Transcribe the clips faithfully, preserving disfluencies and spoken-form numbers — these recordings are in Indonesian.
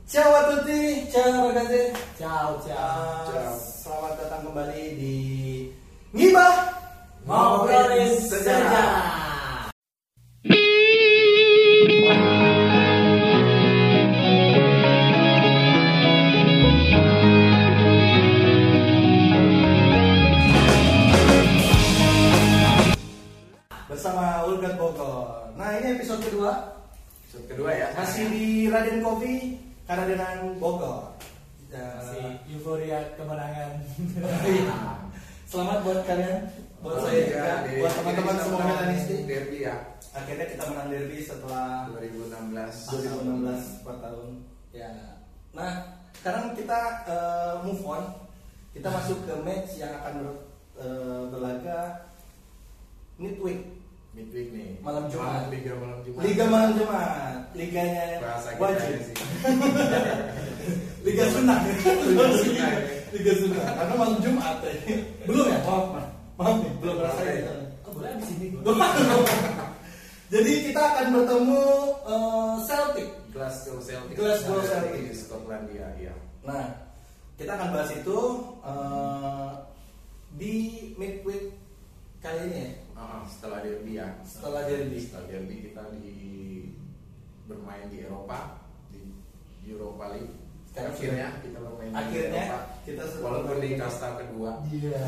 Ciao a tutti, ciao ragazzi. Ciao, ciao. Uh, Selamat datang kembali di Ngibah Ngobrolin Sejarah. Bersama Ulgat Bogor. Nah, ini episode kedua. Episode kedua ya. Masih di Raden Coffee, Karadenan Bogor. Masih euforia kemenangan. Selamat buat kalian, buat Oh, saya iya, juga, di- buat teman-teman kita semua menang Milanisti. Derby ya. Akhirnya kita menang derby setelah dua ribu enam belas. dua ribu enam belas, empat tahun. Ya. Nah, sekarang kita eh, move on. Kita masuk ke match yang akan ber- eh, berlaga midweek, Midweek nih. Malam Jumat. Liga malam Jumat. Liga malam Jumat, liganya Bahasa kita wajib. sih. Liga sunat. Liga sunat. Liga sunat. Karena malam Jumat. ya. Belum ya? Maaf, maaf. Maaf nih, belum ngerasain. ya. Oh, boleh di sini. Jadi kita akan bertemu eh, Celtic. Glasgow Celtic. Glasgow Ada Celtic. di Skotlandia, iya. Nah, kita akan bahas itu eh, di midweek kali ini ya. Ah, setelah derby ya. Setelah derby. Setelah derby kita di bermain di Eropa di Europa League. Sekarang akhirnya kita bermain Akhirnya di Eropa. kita sudah Walaupun di bermain. kasta kedua. Iya.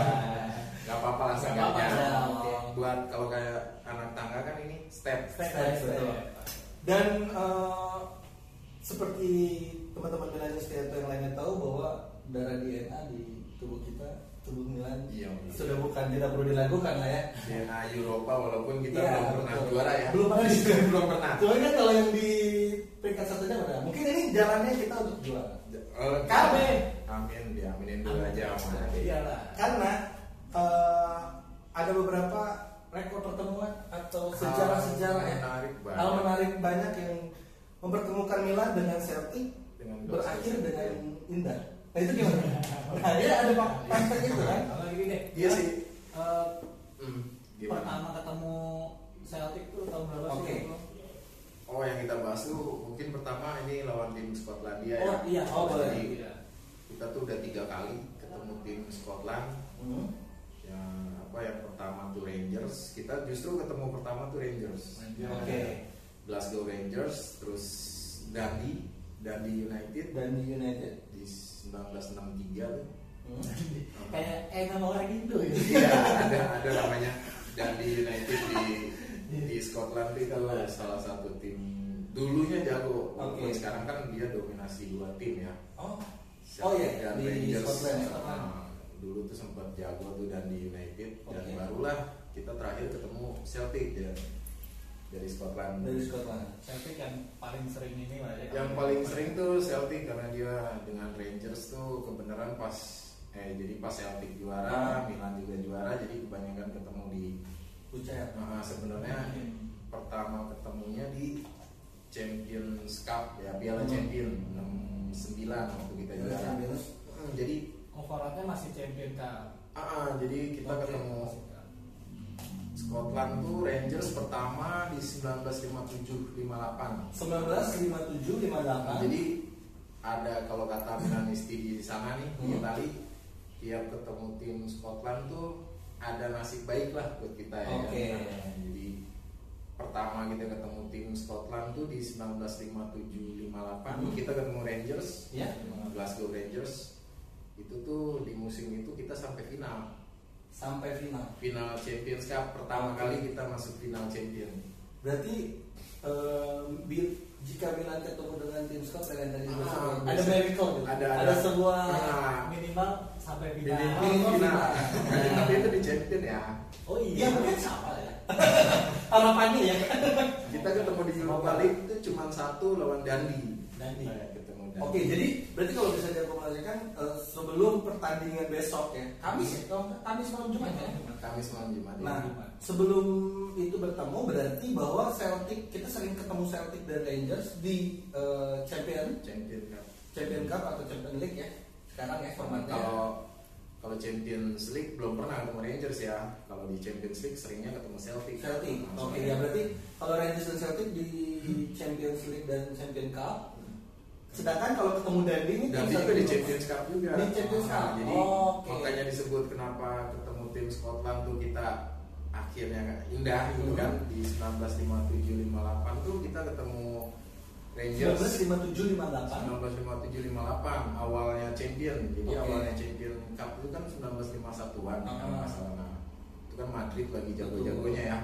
Gak apa-apa lah Nggak seenggaknya. apa-apa. Oke. Buat kalau kayak anak tangga kan ini step. Step Step, by betul. step. Dan eh, seperti teman-teman Milanisti atau yang lainnya tahu bahwa darah D N A di tubuh kita, tubuh Milan Iya. sudah bukan tidak perlu diragukan lah ya. D N A Eropa walaupun kita Iya, belum pernah betul. juara ya. Belum pernah di- belum pernah. Cuman kan kalau yang di peringkat satunya udah, mungkin ini jalannya kita untuk juara. Eh, Amin. Amin, diaminin dulu Amin. aja sama Ade. Iyalah. Karena eh, ada beberapa rekor pertemuan atau sejarah-sejarah ya, menarik banget. hal menarik banyak yang mempertemukan Milan dengan Celtic Dengan berakhir Glasgow dengan Celtic. indah. Nah itu gimana? Nah dia ada fak- fakta itu kan? Kalau gini deh. Iya sih. eh, Hmm, gimana? pertama ketemu Celtic tuh tahun berapa sih? Oke. Oh, yang kita bahas tuh mungkin pertama ini lawan tim Skotlandia Oh ya. iya, Oh, boleh. Jadi, Iya. kita tuh udah tiga kali ketemu tim Scotland. Hmm. Yang apa yang pertama tuh Rangers. Kita justru ketemu pertama tuh Rangers. Rangers. Oke. Glasgow Rangers, terus Dundee, Dundee United Dan di United. di seribu sembilan ratus enam puluh tiga tuh. Hmm. Kayak kayak nama orang Indo ya. Iya, ada ada namanya Dundee United di di Scotland itu adalah salah satu tim dulunya jago. Walaupun Oke. sekarang kan dia dominasi dua tim ya. Oh. Oh iya, Dan di Rangers, Scotland ya. ah, dulu tuh sempat jago tuh Dundee United dan Oke. barulah kita terakhir ketemu Celtic ya dari Scotland. Dari Scotland. Celtic yang paling sering ini lah ya. Yang paling sering tuh Celtic karena dia dengan Rangers tuh kebenaran pas eh jadi pas Celtic juara, Ah. Milan juga juara, jadi kebanyakan ketemu di Bucet. nah, sebenarnya pertama ketemunya di Champions Cup ya, Piala Hmm. Champion enam sembilan waktu kita Piala juara. Champions. Hmm, jadi Overallnya masih champion Cup. ah, ah, jadi kita Oke. ketemu Scotland tuh Rangers pertama di seribu sembilan ratus lima puluh tujuh lima puluh delapan. seribu sembilan ratus lima puluh tujuh lima puluh delapan. Jadi ada kalau kata Milanisti di sana nih di Hmm. Itali, tiap ketemu tim Scotland tuh ada nasib baik lah buat kita ya. Oke. kan? Nah, jadi pertama kita ketemu tim Scotland tuh di seribu sembilan ratus lima puluh tujuh lima puluh delapan, Hmm. kita ketemu Rangers, Ya. Glasgow Rangers. Itu tuh di musim itu kita sampai final, Sampai final. final Champions Cup pertama Oke. kali kita masuk final Champion. Berarti eh, bi- jika Milan ketemu dengan tim Scotland yang tadi Ah, disebut, ada bisa. miracle gitu. Ada- ada, ada. sebuah Ah, Minimal sampai Jadi final. Minimal final, final. tapi itu di Champion ya. Oh ya iya. mungkin sama ya. Harapannya ya. Kita ketemu di Europa League itu cuma satu lawan Dundee. Dundee. Eh, ketemu Dundee. Oke, jadi berarti kalau bisa diakomodasikan eh, sebelum pertandingan besok ya, Kamis ya, kalau nggak, Kamis malam Jumat ya. Kamis malam Jumat. Nah, ya. sebelum itu bertemu berarti bahwa Celtic, kita sering ketemu Celtic dan Rangers di eh, Champion Champion Cup. Champion Cup atau Champion League ya. Sekarang ya formatnya. Kalau kalau Champions League belum pernah ketemu Rangers ya. Kalau di Champions League seringnya ketemu Celtic. Celtic. Nah, Oke, soalnya- ya berarti kalau Rangers dan Celtic di Champions League dan Champion Cup, Sedangkan kalau ketemu Dundee ini Dan tim juga satu di Eropa. Champions Cup juga. Di Champions Cup. Nah, jadi Oh, oke. makanya disebut kenapa ketemu tim Scotland tuh kita akhirnya indah gitu kan. Di sembilan belas lima tujuh lima delapan tuh kita ketemu Rangers. seribu sembilan ratus lima puluh tujuh lima puluh delapan. seribu sembilan ratus lima puluh tujuh lima puluh delapan awalnya champion. Jadi Oke. awalnya champion cup itu kan seribu sembilan ratus lima puluh satuan Ah. kalau nggak salah. Nah, itu kan Madrid lagi jago-jagonya ya.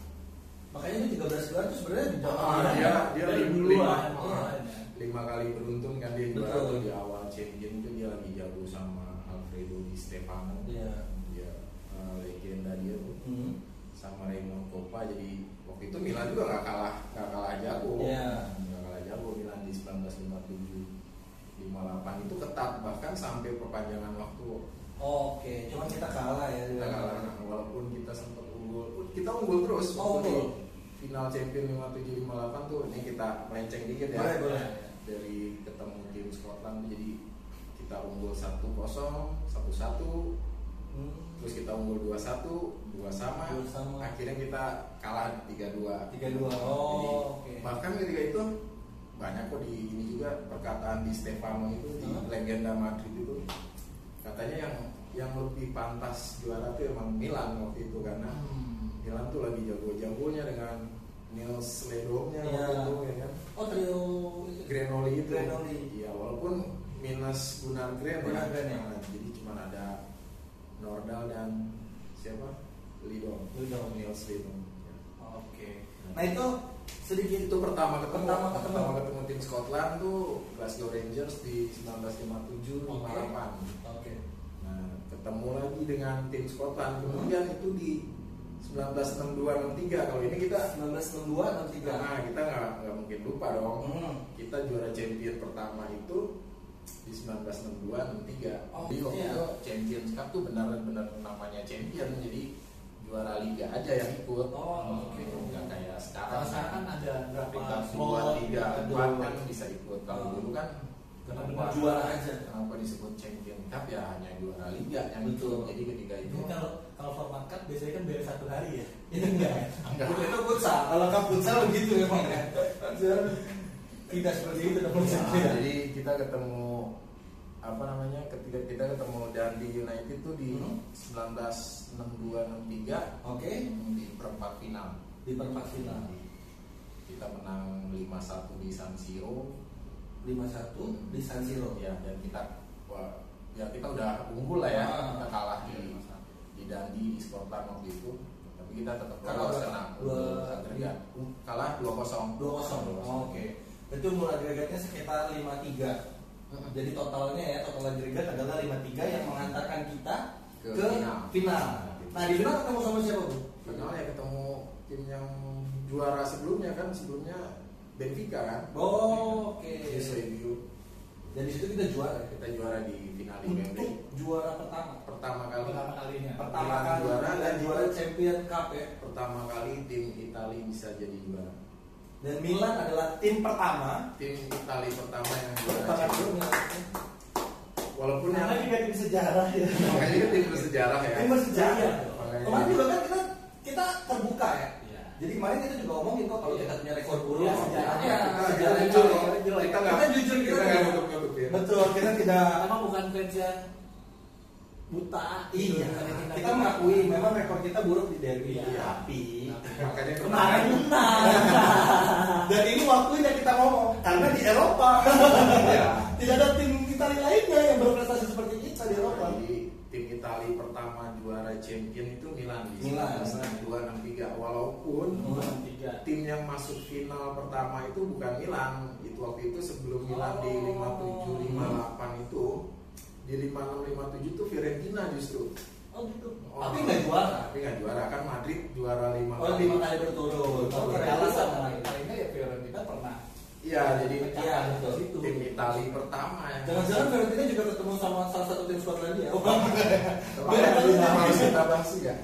Makanya ini tiga belas gelar itu sebenarnya di Ah, bawah dia dia Dari lima, duluan. lima, lima kali beruntun kan dia juara Betul. tuh di awal champion itu dia lagi jago sama Alfredo Di Stefano. Iya. Dia uh, legenda dia tuh Hmm. sama Raymond Kopa. Jadi waktu itu Milan juga nggak kalah nggak kalah jago. Iya. Nggak kalah jago Milan di seribu sembilan ratus lima puluh tujuh lima puluh delapan itu ketat bahkan sampai perpanjangan waktu. Oke, cuman kita kalah ya. Kita kalah walaupun kita sempat unggul, kita unggul terus. Oh, Waktu di unggul. Final champion lima puluh tujuh lima puluh delapan tuh ini kita melenceng dikit ya. Boleh, boleh. Dari ketemu tim Scotland jadi kita unggul satu kosong, satu satu, Hmm. terus kita unggul dua satu, dua sama, Dua sama. akhirnya kita kalah tiga dua. tiga dua. Oh, oke. Bahkan ketika itu banyak kok di ini juga perkataan Di Stefano itu di Huh? legenda Madrid itu katanya yang yang lebih pantas juara itu emang Milan waktu itu karena Hmm. Milan tuh lagi jago-jagonya dengan Nils Ledolnya Iya. waktu itu ya kan. Oh, trio Granoli itu. Granoli. Iya, walaupun minus Gunnar Gren Gunnar ya. Gren, ya. Nah, jadi cuma ada Nordahl dan siapa? Lidom. Lidom. Nils Lidom. Ya. Oke. Nah, itu sedikit Itu pertama ketemu Pertama ketemu. pertama ketemu tim Scotland tuh Glasgow Rangers di seribu sembilan ratus lima puluh tujuh lima puluh delapan. Oke. Nah, ketemu lagi dengan tim Scotland. Kemudian itu di seribu sembilan ratus enam puluh dua enam puluh tiga. Kalau ini kita seribu sembilan ratus enam puluh dua enam puluh tiga. nah, kita nggak nggak mungkin lupa dong. Hmm. Kita juara champion pertama itu di seribu sembilan ratus enam puluh dua enam puluh tiga. Oh, Jadi waktu iya. itu Champions Cup tuh benar-benar namanya champion. Jadi juara liga aja yang ikut. Oh, oke. Nggak kayak sekarang. Kalau sekarang kan ada berapa peringkat slot, dua, tiga, ada empat dua. kan bisa ikut. Kalau Oh. dulu kan Benar-benar juara aja. Kenapa disebut Champion Cup ya hanya juara liga yang Betul. ikut. Jadi ketika itu Ini kalau kalau format cut biasanya kan beres satu hari ya. Ini enggak. ya? enggak. Itu futsal. Kalau kan futsal begitu memang ya. Tidak seperti itu dong Nah, konsepnya. jadi kita ketemu apa namanya ketika kita ketemu Dundee United tuh di Hmm. seribu sembilan ratus enam puluh dua enam puluh tiga Oke. di perempat final. Di perempat final Kita menang lima satu di San Siro. lima satu di San Siro. Ya, dan kita wah, ya kita udah unggul lah ya. Ah. Kita kalah di di Dundee di Scotland waktu itu. Tapi kita tetap Kalah lolos berapa? karena Dua- agregat. Kalah dua kosong. dua kosong. Oke. Itu mulai agregatnya sekitar lima tiga. Jadi totalnya ya, total agregat adalah lima tiga yang mengantarkan kita Ke ke, final. final. Nah, di final ketemu sama siapa, Bu? Final ya ketemu tim yang juara sebelumnya kan sebelumnya Benfica kan. Oh, oke. Yes, review. Dan di situ kita juara. Kita juara di final di Untuk Wembley juara pertama. pertama kali. Pertama kalinya. Pertama Milan kali juara juara, dan juara Champion Cup ya. Pertama kali tim Italia bisa jadi juara. Dan Milan adalah tim pertama. Tim Italia pertama yang juara. Pertama dulu Champions. Milan. Walaupun yang Karena juga tim sejarah ya. makanya kan tim bersejarah ya. Tim bersejarah. Iya. Makanya- Kemarin juga kan kita kita terbuka ya. Iya. Jadi kemarin kita juga ngomongin kok kalau Iya. kita punya rekor buruk. Iya, sejarahnya. Ya, Kita sejarah jujur, kita. kita nggak Kita jujur, kita kita nggak nggak- nutup nutupin. Betul, kita tidak. Emang bukan fans yang buta. gitu. Iya, Bukan kita mengakui memang rekor kita buruk di derby. Iya. Tapi Makanya kemarin menang. Dan ini waktunya kita ngomong karena di Eropa Iya. tidak ada tim Italia lainnya yang berprestasi seperti kita di Eropa. Jadi tim Italia pertama juara champion itu Milan di Milan. seribu sembilan ratus enam puluh dua enam puluh tiga. Walaupun Bukan tiga. tim yang masuk final pertama itu bukan Milan. Itu waktu itu sebelum Milan di lima tujuh lima delapan itu di lima enam lima tujuh itu Fiorentina justru. Oh gitu. Oh, Tapi nggak juara. Tapi nggak juara kan Madrid juara lima Oh, lima kali berturut. Oh, Oke, ternyata alasan sama lagi. Italia ya Fiorentina pernah. Iya, jadi Iya, betul. Situ. tim Italia pertama ya. Jangan-jangan Fiorentina juga ketemu sama salah satu tim Skotlandia. Oh, Harus kita bahas ya.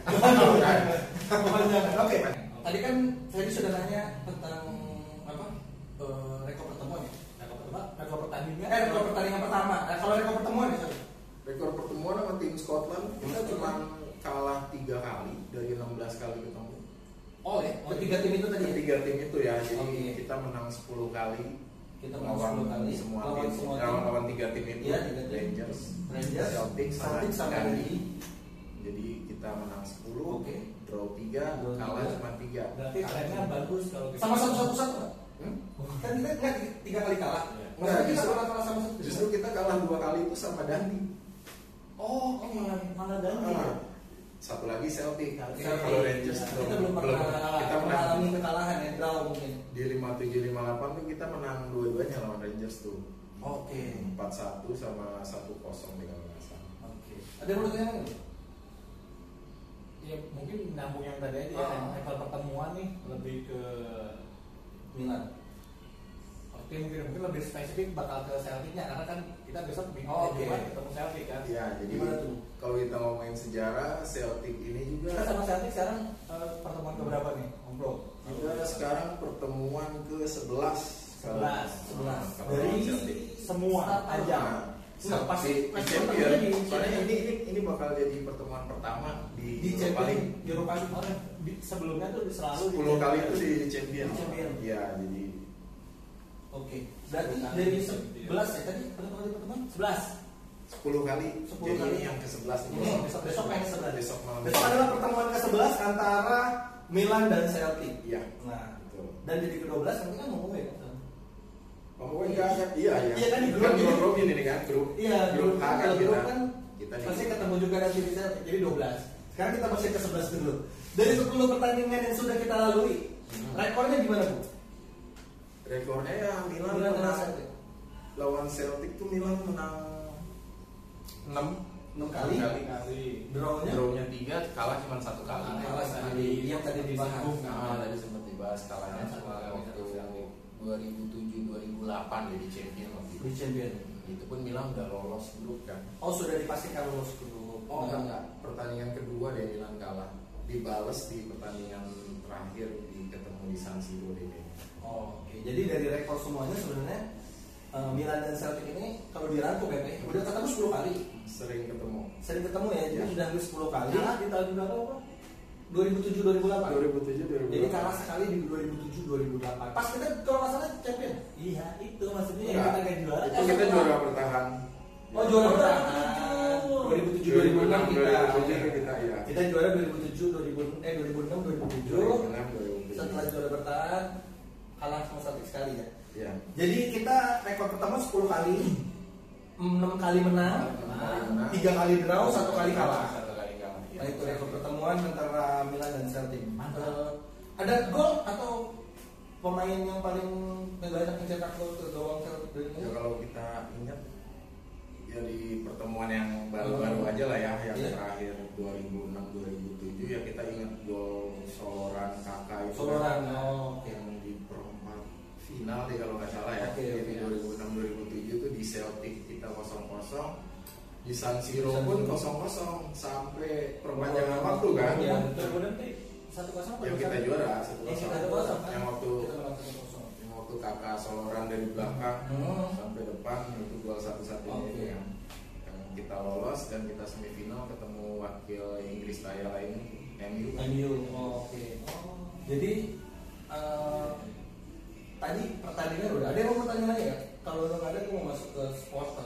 Oke, tadi kan saya sudah nanya tentang apa eh, rekor pertemuan ya. Rekor pertama, rekor pertandingan. Eh, rekor pertandingan pertama. Eh, kalau rekor pertemuan ya, sorry. Rekor pertemuan sama tim Scotland kita cuma kalah tiga kali dari enam belas kali ketemu. Oh ya, ketiga tim itu tadi. ya? Ketiga tim itu ya, jadi Oke. kita menang sepuluh kali, Kita menang lawan sepuluh kali. semua Lawan tim, semua tim. lawan lawan tiga tim itu, Iya, tiga tim. Rangers, Rangers, Celtic, Celtic sama Dundee. Dundee. Jadi kita menang sepuluh, Oke. draw tiga, Draw kalah tiga. cuma tiga. Berarti trennya bagus kalau kita Sama satu satu satu nggak? Hmm? Kan kita nggak tiga, tiga kali kalah. Iya. Maksudnya Nggak, kita justru- kalah kalah sama satu. Justru kita kalah dua kali itu sama Dundee. Oh, Oh, malah malah Dundee. Ah, satu lagi Celtic. Celtic. Kalau Rangers Ya, belum, kita belum pernah kita menang mengalami kekalahan ya, draw mungkin. di lima tujuh lima delapan tuh kita menang dua-duanya lawan Rangers tuh. Oke. empat satu sama satu kosong di kalau nggak salah. Oke. Ada yang mau ditanya nggak? Ya mungkin nyambung yang tadi aja Ah. ya, level pertemuan nih lebih ke Milan. oke mungkin mungkin lebih spesifik bakal ke Celticnya karena kan kita besok minggu Oh, oke. depan ketemu Celtic kan. Iya, jadi Gimana tuh? kalau kita ngomongin sejarah Celtic ini juga Kita sama Celtic sekarang eh, pertemuan keberapa nih, Om Bro? kita sekarang pertemuan ke sebelas. Sebelas, sebelas. Dari semua ajang. Nah, Nggak, pas- di, di pas champion. pertemuannya di Soalnya champion. ini, ini ini bakal jadi pertemuan pertama di, Di Europa League. champion Eropa League. Oh, di- sebelumnya tuh di selalu di sepuluh kali itu Champions. di champion. Di champion. Iya, jadi Oke. Berarti dari sebelas ya tadi pertemuan kali pertemuan? sebelas. sepuluh kali. sepuluh Jadi kali. ini yang ke sebelas ini. Ini besok besok main sebelas. Besok malam. Besok adalah pertemuan ke sebelas antara Milan dan Celtic. Iya. Nah, Betul. dan jadi ke dua belas nanti kan mau ya. Oh, enggak ada. Iya, iya. Iya kan, di grup Kan ini. grup Robin ini kan, grup. Iya, grup grup H kan kan kalau kita. grup kan Kita di pasti grup. ketemu juga nanti di Celtic. Jadi dua belas. Sekarang kita masih ke sebelas dulu. Dari sepuluh pertandingan yang sudah kita lalui, Hmm. rekornya gimana, Bu? Rekornya ya Milan, Milan menang menang Celtic. lawan Celtic tuh Milan menang enam enam kali. kali. Kali. Drawnya Drawnya tiga, kalah cuma satu kali. kalah sekali. Yang tadi dibahas. Nah, tadi sempat dibahas kalahnya Satu sama kali, waktu satu kali. dua ribu tujuh dua ribu delapan jadi champion waktu itu. Di champion. Itu pun Milan udah lolos grup kan. Oh, sudah dipastikan lolos grup. Oh enggak enggak, pertandingan kedua dia Milan kalah. Dibales di pertandingan terakhir di ketemu di San Siro di Veneto. Oh, oke. Jadi dari rekor semuanya sebenarnya eh, Milan dan Celtic ini kalau dirangkum ya, Pak, udah ketemu sepuluh kali. Sering ketemu. Sering ketemu ya, jadi Ya. sudah hampir sepuluh kali. Kalah di tahun berapa, Pak? dua ribu tujuh dua ribu delapan. dua ribu tujuh dua ribu delapan. Jadi kalah sekali di dua ribu tujuh dua ribu delapan. Pas kita kalau nggak salah champion. Iya, itu maksudnya yang Enggak. kita nggak juara. Itu kita juara bertahan. Oh, juara Oh, bertahan. dua ribu tujuh dua ribu enam kita. dua ribu tujuh kita ya. Kita juara dua ribu tujuh dua ribu eh dua ribu enam dua ribu tujuh. dua ribu enam dua ribu tujuh. Setelah juara bertahan kalah sama Celtic sekali ya. Ya. Jadi kita rekor pertama sepuluh kali, enam kali menang, Menang. tiga kali draw, satu kali kalah. Satu kali kalah. Nah, itu rekor pertemuan antara Milan dan Celtic. Mantap. Eh, ada gol atau pemain yang paling banyak mencetak gol ke gawang Celtic dari Ya, Milan? kalau kita ingat ya di pertemuan yang baru-baru aja lah ya, yang Iya. terakhir dua ribu enam dua ribu tujuh ya kita ingat gol Soloran Kakak itu Soloran, kan, oh, oke. yang di perempat final deh kalau nggak salah ya. Oke, Jadi oke. dua ribu enam dua ribu tujuh itu di Celtic kita kosong kosong, di San Siro Di San pun Siro. kosong kosong sampai perpanjangan waktu kan. Iya. Kemudian nih satu kosong Yang kita juara satu Yang kosong. kita kosong kan? Yang waktu Kita menang satu kosong. yang waktu Kakak Soloran dari belakang Hmm. sampai depan itu gol satu-satunya Oke. itu yang yang kita lolos dan kita semifinal ketemu wakil Inggris raya lain M U. M U, oh, oke. Jadi eh, tadi pertandingan udah ada yang mau pertanyaan lagi ya? Kalau udah nggak ada, aku mau masuk ke supporter.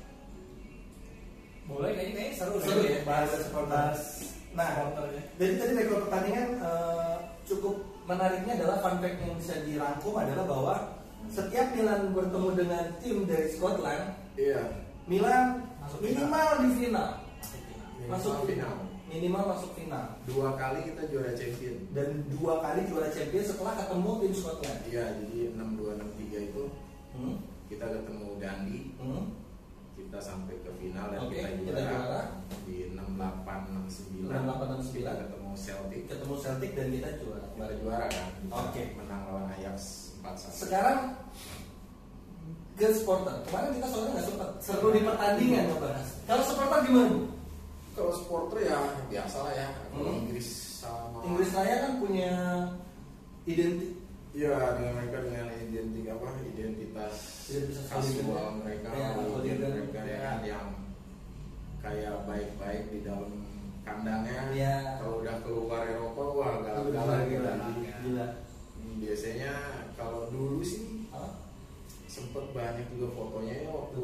boleh kayaknya kayaknya seru Seru deh. ya bahas supporter. Nah, Supporter ya. jadi tadi rekor pertandingan eh, cukup menariknya adalah fun fact yang bisa dirangkum adalah bahwa setiap Milan bertemu dengan tim dari Scotland, Iya. Milan Masuk minimal di final, masuk Minimal final. minimal masuk final, Dua kali kita juara champion. dan dua kali juara champion setelah ketemu tim Scotland. Iya, jadi enam dua enam tiga itu Hmm? kita ketemu Dundee, Hmm? kita sampai ke final dan Oke, kita kita juara. juara. Di enam delapan enam sembilan. enam delapan enam sembilan. Kita ketemu Celtic. Ketemu Celtic dan kita juara. Kita juara kan. Kita Oke. Menang lawan Ajax empat satu. Sekarang ke supporter. Kemarin kita soalnya nggak sempat seru di pertandingan ngebahas. Kalau supporter gimana, Bu? Kalau supporter ya biasa lah ya. Kalau Hmm. Inggris sama Inggris Raya kan punya identik ya dengan mereka dengan identik apa identitas Identitas kasual hooligan. mereka, Ya, hooligan hooligan. mereka ya kan yang kayak baik-baik di dalam kandangnya. Ya. Kalau udah keluar Eropa wah gila, galak-galak gila, gitu. gila. Hmm, Biasanya kalau dulu sih Apa? sempet banyak juga fotonya ya waktu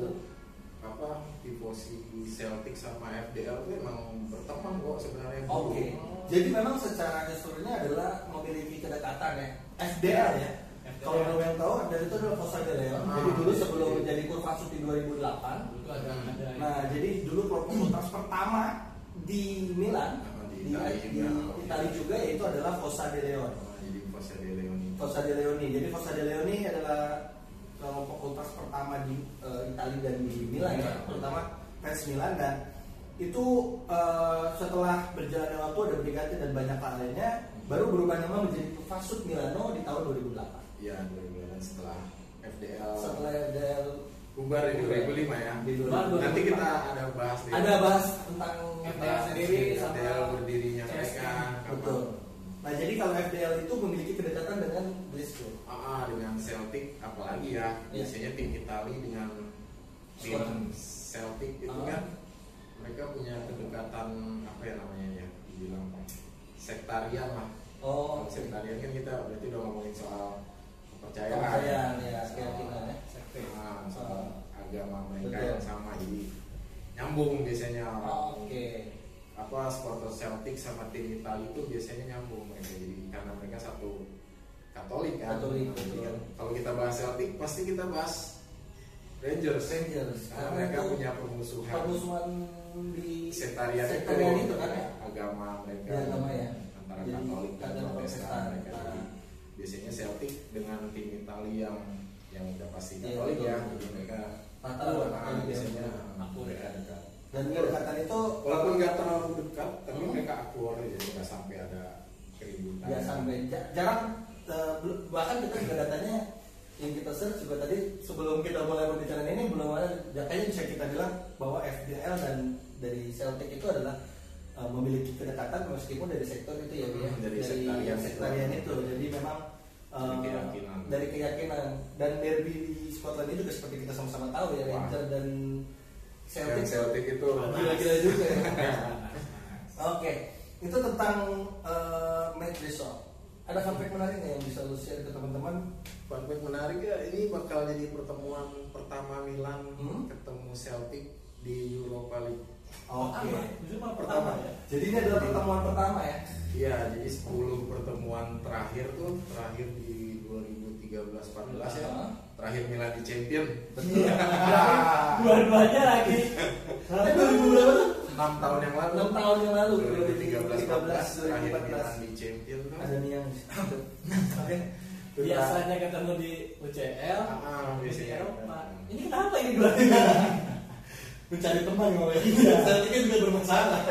apa tifosi Celtic sama F D L itu emang berteman kok sebenarnya. Oke. Okay. Jadi memang secara historinya adalah memiliki kedekatan ya. F D L ya. Kalau belum yang tahu, dari itu adalah Fossa de Leon. Ah, jadi dulu sebelum iya. menjadi Kurvasut di dua ribu delapan, itu ada ada. Nah, jadi dulu kelompok ultras pertama di Milan, di, di, di Italia juga, yaitu adalah Fossa de Leon. Ah, jadi Fossa de Leoni. Fossa de Leoni. Jadi Fossa de Leoni adalah kelompok ultras pertama di uh, Italia dan di Milan ya, terutama fans Milan, dan itu uh, setelah berjalannya waktu ada berganti dan banyak hal lainnya, baru berubah nama menjadi Kurvasut Milano di tahun dua ribu delapan. Iya, dua ribu delapan setelah F D L. Setelah F D L bubar di dua ribu lima ya. Di dua ribu lima. Nanti kita ada bahas di ada bahas tentang F D L sendiri F D L berdirinya C S K. mereka. Betul. Nah, jadi kalau F D L itu memiliki kedekatan dengan Brescia. Ah, dengan Celtic apalagi ya. Ya. Biasanya tim Italia dengan tim Scotland. Celtic itu Ah. kan mereka punya kedekatan apa ya namanya ya? Dibilang sektarian lah. Oh, Kalau sektarian kan kita berarti udah ngomongin soal kepercayaan. kepercayaan ya, Soal- keyakinan ya. Ah, soal Ah. agama mereka Betul. yang sama, jadi nyambung biasanya. Oh, Oke. Apa supporter Celtic sama tim Italia itu biasanya nyambung mereka, jadi karena mereka satu Katolik kan. Katolik, Nah, jadi betul. kan kalau kita bahas Celtic pasti kita bahas Rangers. Rangers. Karena Karena mereka itu punya permusuhan. Permusuhan di Sektarian itu, sektarian itu kan ya. agama mereka Ya, agama ya. antara Jadi, Katolik dan antara Protestan Protestan. mereka. Ah. Jadi biasanya Celtic dengan tim Italia yang yang udah pasti Iya, Katolik betul. ya, jadi mereka Rata ah, Katolik ya. biasanya Akur ya. dekat. Dan kedekatan itu Walaupun nggak terlalu dekat, tapi Hmm. mereka akur aja, nggak sampai ada keributan. ya sampai ja- jarang eh, bel- bahkan kita juga datanya yang kita search juga tadi sebelum kita mulai pembicaraan ini belum ada, kayaknya bisa kita bilang bahwa F D L dan dari Celtic itu adalah eh, memiliki kedekatan meskipun dari sektor itu ya, Hmm, ya. dari sektarian itu. sektarian itu. Jadi memang eh, Dari keyakinan. dari keyakinan dan derby di Scotland itu juga seperti kita sama-sama tahu ya, Wah. Rangers dan Celtic, Yang Celtic itu gila-gila juga ya. Oke, itu tentang uh, match besok. Ada fun fact menarik nggak yang bisa lu share ke teman-teman? Fun fact menarik ya, ini bakal jadi pertemuan pertama Milan Hmm? ketemu Celtic di Europa League. Oke. Itu malah pertama ya. Jadi ini adalah pertemuan pertama ya. Iya, jadi sepuluh pertemuan terakhir tuh terakhir di dua ribu tiga belas empat belas ya. Ah. Terakhir Milan di Champion. Betul. Dua-duanya lagi. Eh, dua ribu berapa tuh? enam tahun yang lalu. enam tahun yang lalu. dua ribu tiga belas empat belas dua ribu terakhir empat belas. Milan di Champion tuh. Ada nih yang. Oke. Biasanya ketemu di U C L, Ah, di biasanya. Eropa. Ini kenapa ini dua? Mencari teman ngomongnya. Saya pikir juga bermasalah.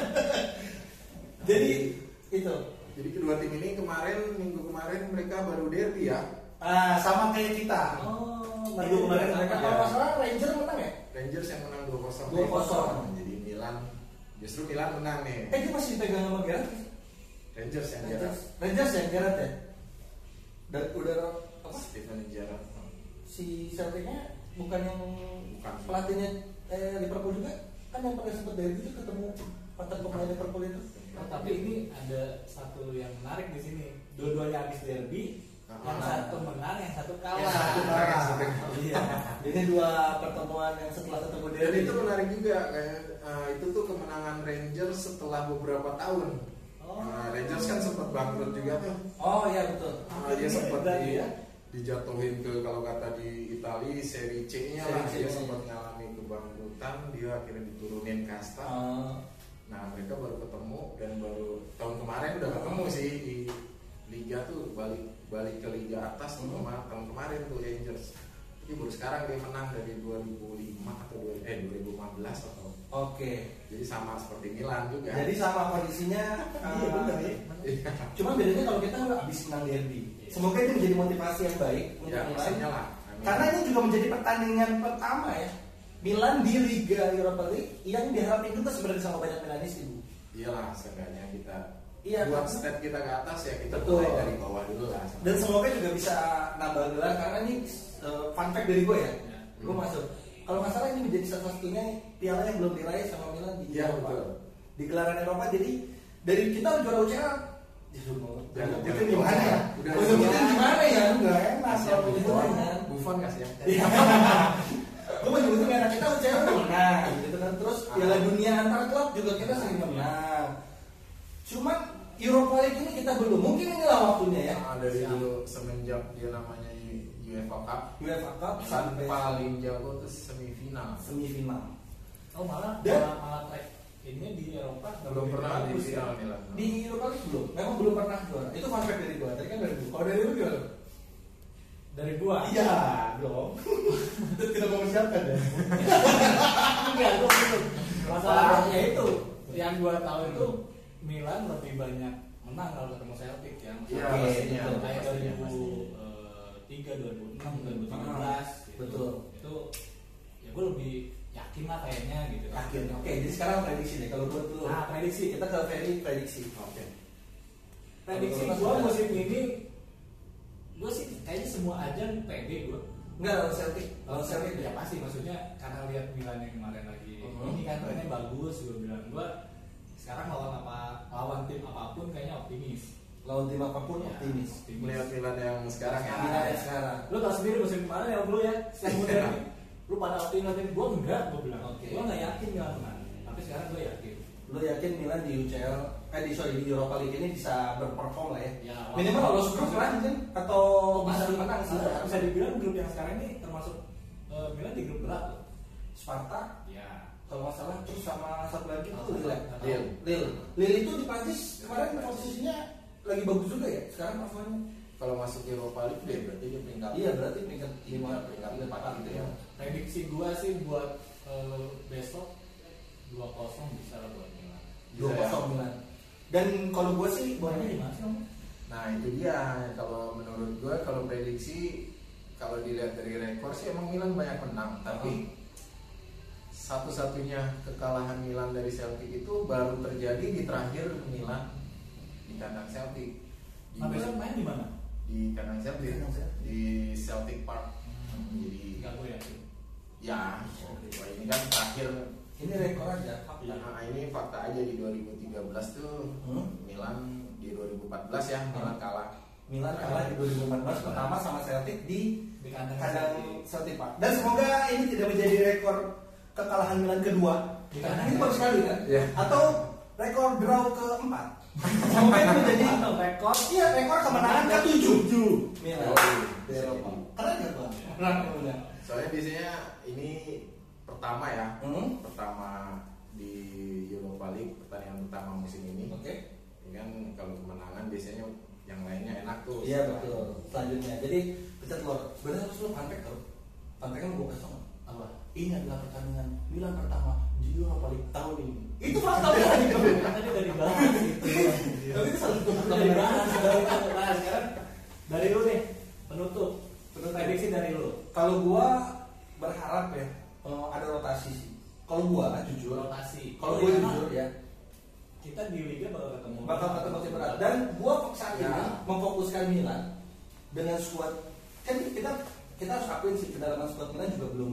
Jadi itu. Jadi kedua tim ini kemarin minggu kemarin mereka baru derby ya. Ah, sama kayak kita. Oh, Minggu kemarin mereka ya. kalau nggak salah Ranger menang ya? Rangers yang menang dua kosong. dua kosong. Jadi Milan justru Milan menang nih. Eh dia masih dipegang sama Gerrard? Rangers yang Rangers, Gerrard. Rangers yang Gerrard ya? Dan udah apa? Steven Gerrard. Si Celtic-nya bukan yang Bukan. pelatihnya eh, Liverpool juga? Kan yang pernah sempat derby itu ketemu mantan pemain Liverpool itu. Nah, tapi ini ada satu yang menarik di sini. Dua-duanya habis derby, Ah. yang satu menang, yang satu kalah. Yang satu kalah. Iya. Jadi dua pertemuan yang setelah ketemu Dan derby itu menarik juga kayak eh, itu tuh kemenangan Rangers setelah beberapa tahun. Oh. Nah, Rangers kan sempat bangkrut juga tuh. Oh iya betul. Nah, dia sempat Berarti di, ya? dijatuhin ke kalau kata di Italia seri C-nya Seri lah. C-nya. Dia sempat ngalami kebangkrutan, dia akhirnya diturunin kasta. Oh, Nah, mereka baru ketemu dan baru tahun kemarin udah ketemu sih di liga tuh, balik balik ke liga atas tuh Hmm. kemarin, tahun kemarin tuh Rangers. Tapi baru sekarang dia menang dari dua ribu lima atau dua- eh dua ribu lima belas atau oke. jadi sama seperti Milan juga. Jadi sama kondisinya. Iya eh, benar ya. Iya. Cuma bedanya kalau kita habis menang derby. Semoga itu menjadi motivasi yang baik untuk Ya, Milan. pastinya lah. Amin. Karena ini juga menjadi pertandingan pertama ya Milan di Liga Europa League yang diharapin juga sebenarnya sama banyak Milanis ibu. Iyalah, seenggaknya kita Iya, buat karena- step kita ke atas ya kita Betul. mulai dari bawah dulu lah. Dan semoga juga bisa nambah gelar karena ini uh, fun fact dari gue ya. Ya. Gue masuk. Kalau nggak salah ini menjadi salah satunya piala yang belum diraih sama Milan di Iya, Eropa. betul. Di gelaran Eropa, jadi dari kita juara U C L Jangan- itu jangan gimana ya? udah Udah sebutin gimana ya? Enggak enak Kasih kalau yang gitu. Buffon, Buffon kasih yang Gue mau nyebutin karena kita cewek udah menang gitu kan. Terus Piala Dunia antar klub juga kita sering menang. Cuman Europa League ini kita belum. Mungkin inilah waktunya ya. Nah, dari dulu semenjak dia namanya UEFA Cup UEFA Cup sampai sampai paling jago tuh semifinal. semifinal. Oh malah Dan- malah, malah track ini di Eropa Belum pernah di bagus ya. final Milan. Di Europa League belum. Memang belum pernah juara. Itu fun fact dari gua. Tadi kan dari gua. Kalau dari lu gimana? Dari gua. Iya, belum. Tidak mau menyiapkan ya. Enggak, gua belum. Masalahnya itu yang gua tahu itu Milan lebih banyak menang kalau ketemu Celtic ya. Iya, Oke, pastinya. betul. Kayak Pastinya, dua ribu tiga, dua ribu enam, dua ribu tiga belas gitu. Betul. Itu ya gua lebih yakin lah kayaknya gitu. Yakin. Oke, jadi sekarang prediksi deh. Kalau buat dulu. Nah, prediksi. Kita ke Ferry prediksi. Oke. Prediksi Kalau gua sudah- musim ini gua sih kayaknya semua aja pede gua. Enggak lawan Celtic. Kalau Lawan Celtic Celtic ya. ya pasti, maksudnya karena lihat Milan yang kemarin lagi Mhm. ini kan trennya bagus, gue bilang gue sekarang lawan apa lawan tim apapun kayaknya optimis. Lawan tim apapun Ya, optimis. Melihat Milan yang sekarang ya. Milan yang sekarang. Lu tau sendiri musim kemarin ya lu ya, setelah kemudian lu pada optimis gue enggak, gue bilang. Oke. Gue nggak yakin Milan menang, tapi sekarang gue yakin. Lu yakin Milan di U C L eh di sorry di Europa League ini bisa berperform lah ya? Ya, Minimal walaupun- lolos grup lah mungkin atau bisa Masih menang sih. bisa, bisa dibilang grup yang sekarang ini termasuk eh, Milan di grup berat loh. Sparta Ya. kalau nggak salah terus sama satu lagi itu Lille. Lille. Lille. Lille itu di Prancis kemarin posisinya lagi bagus juga ya. Sekarang performanya. Kalau masuk Europa League deh berarti dia peringkat Iya berarti peringkat lima peringkat peringkat empat empat gitu gitu ya. ya. Prediksi gue sih buat eh, besok dua kosong bisa lah buat Milan. Dua kosong Milan. Dan kalau gue sih Buatnya buatnya di mana sih Om? Nah itu dia, kalau menurut gue kalau prediksi kalau dilihat dari rekor sih emang Milan banyak menang, tapi satu-satunya kekalahan Milan dari Celtic itu baru terjadi di terakhir Milan di kandang Celtic. Di, Nah, Milan main di mana? di kandang Celtic, Kandang Celtic. di Celtic Park. Jadi Enggak gue yakin. ya, wah, ini kan terakhir. ini rekor aja. Ya, nah, ini fakta aja di dua ribu tiga belas tuh Hmm? Milan di dua ribu empat belas ya Milan kalah. Milan kalah di dua ribu empat belas pertama sama Celtic di Di kandang kandang Celtic. Celtic Park. Dan semoga ini tidak menjadi rekor kekalahan Milan kedua. Di Karena kandang ini bagus sekali kan? Iya. Atau rekor draw keempat. Semoga ini menjadi rekor iya rekor kemenangan ke tujuh. Milan. Oh, Di Eropa. Keren nggak bang? Keren kemudian. Soalnya biasanya ini pertama ya, Hmm? pertama di Europa League, pertandingan pertama musim ini. Oke. Ini kan kalau kemenangan biasanya yang lainnya enak tuh. Iya betul. Selanjutnya, jadi kita keluar. Benar harus lu pantek tuh. Pantek kan gue kasih apa? Ini adalah pertandingan Milan pertama di Europa League tahun ini. Itu fakta bukan itu. tadi dari bahas gitu. Tapi itu salah satu fakta Dari dari bahas dari nah, sekarang dari lu nih penutup. Penutup prediksi dari lu. Kalau gua berharap ya eh, ada rotasi sih. Kalau gua jujur, Rotasi. kalau Oh, gua iya, jujur ya kita di liga bakal ketemu bakal ketemu tim berat. Dan gua saat ini Ya. memfokuskan Milan dengan skuad. Kan kita kita harus akuin sih kedalaman skuad Milan juga belum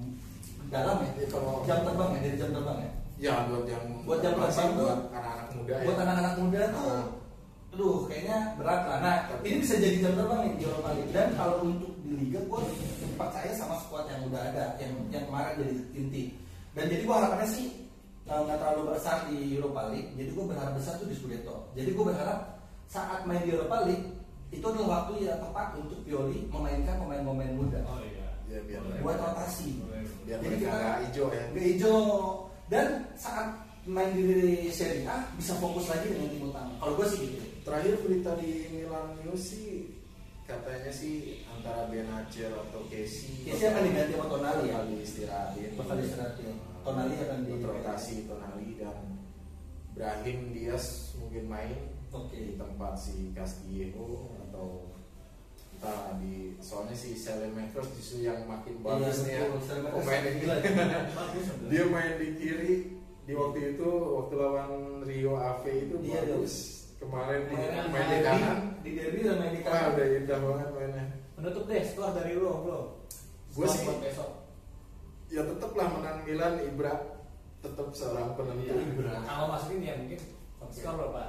dalam ya. Ya, kalau- Jam terbang ya dari jam terbang ya. Ya buat yang Buat yang masih terbang tuh, buat anak-anak muda Buat ya. anak-anak muda tuh, Ah. aduh kayaknya berat lah. Nah ini bisa jadi jam terbang nih di Europa League. Dan kalau untuk di Liga, gue percaya sama skuad yang udah ada, yang yang kemarin jadi inti. Dan jadi gue harapannya sih eh, nggak terlalu besar di Europa League. Jadi gue berharap besar tuh di Scudetto. Jadi gue berharap saat main di Europa League itu adalah waktu yang tepat untuk Pioli memainkan pemain-pemain muda Oh iya. Ya biar buat rotasi. biar Jadi mereka kita- nggak hijau ya. Nggak hijau. Dan saat main di Serie A bisa fokus lagi dengan tim utama. Kalau gue sih gitu. Terakhir berita di Milan News sih katanya sih antara Benacer atau Casey. Casey akan diganti sama Tonali ya? Bakal diistirahatin. Bakal diistirahatin. Tonali akan di- Buat rotasi Tonali dan Brahim Diaz mungkin main Oke. di tempat si Castillejo atau entah di soalnya si Selemakers justru yang makin bagus nih ya pemain ini. Bagus. Dia main di kiri di waktu itu waktu lawan Rio Ave itu Iya, bagus. Kemarin di Main, main di kanan. di derby dan main di Wah kanan. udah indah banget mainnya. Penutup deh skor dari lu, bro. Gua Skor sih- buat besok. Ya tetaplah menang Milan Ibra tetap seorang penentu. Iya. Kalau masukin ya mungkin skor berapa?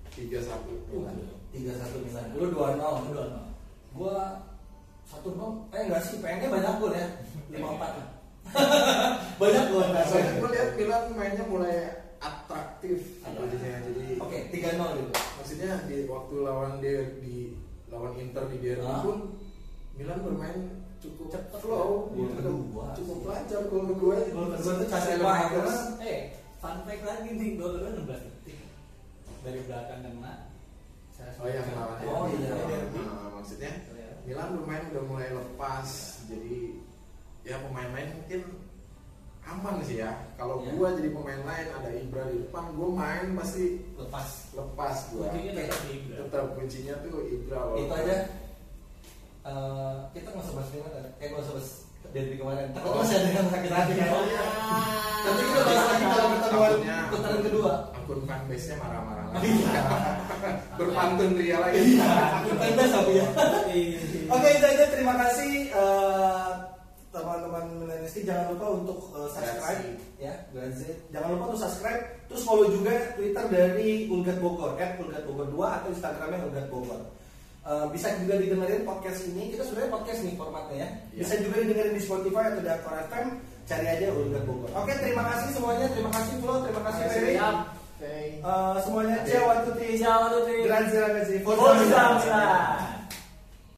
tiga satu Milan. tiga satu Milan. Lu dua nol. Dua nol. Gua satu nol. Eh enggak sih, P N-nya banyak gol ya. lima empat. Banyak gol enggak sih? Soalnya gue lihat Milan mainnya mulai atraktif jadinya. Jadi Oke, tiga nol gitu. maksudnya di waktu lawan dia di lawan Inter di derby Ah. pun Milan bermain cukup Cepet flow, ya. Gol cukup, kedua. cukup lancar gol kedua. Gol kedua tuh Cara Casemiro. Makers. Eh, fun fact lagi nih, gol kedua enam belas detik. Dari belakang kena. Saya Oh yang lawannya. Oh, iya. Nah, maksudnya Milan bermain udah mulai lepas, jadi ya pemain-pemain mungkin aman sih ya. Kalau Iya. gua jadi pemain lain ada Ibra di depan, gua main pasti Lepas. lepas gua. Kuncinya tetap di Ibra. Tetap kuncinya tuh Ibra. Itu aja. Eh, kita nggak usah bahas Milan kan? Eh nggak usah bahas derby kemarin. Takut Oh. masih ada yang sakit hati kan? Oh, iya. Nanti kita bahas lagi kalau pertemuan Takutnya putaran kedua. akun fanbase-nya marah-marah lagi. Iya. Berpantun Ria lagi. Iya, aku pentas tapi ya. Oke, itu aja. Terima kasih eh, teman-teman Milenisti. Jangan lupa untuk eh, subscribe ya, Grazie. Jangan lupa untuk subscribe. Terus follow juga Twitter dari Ulgat Bogor, at Ulgat Bogor dua atau Instagramnya Ulgat Bogor. Eh, bisa juga didengerin podcast ini. Kita sebenarnya podcast nih formatnya ya. Bisa juga didengerin di Spotify atau di Anchor F M. Cari aja Ulgat Bogor. Oke, terima kasih semuanya. Terima kasih Flo, terima kasih Ferry. Siap. Oke. Eh, semuanya ciao, tutti. Ciao a tutti. Grazie ragazzi. Forza Milan.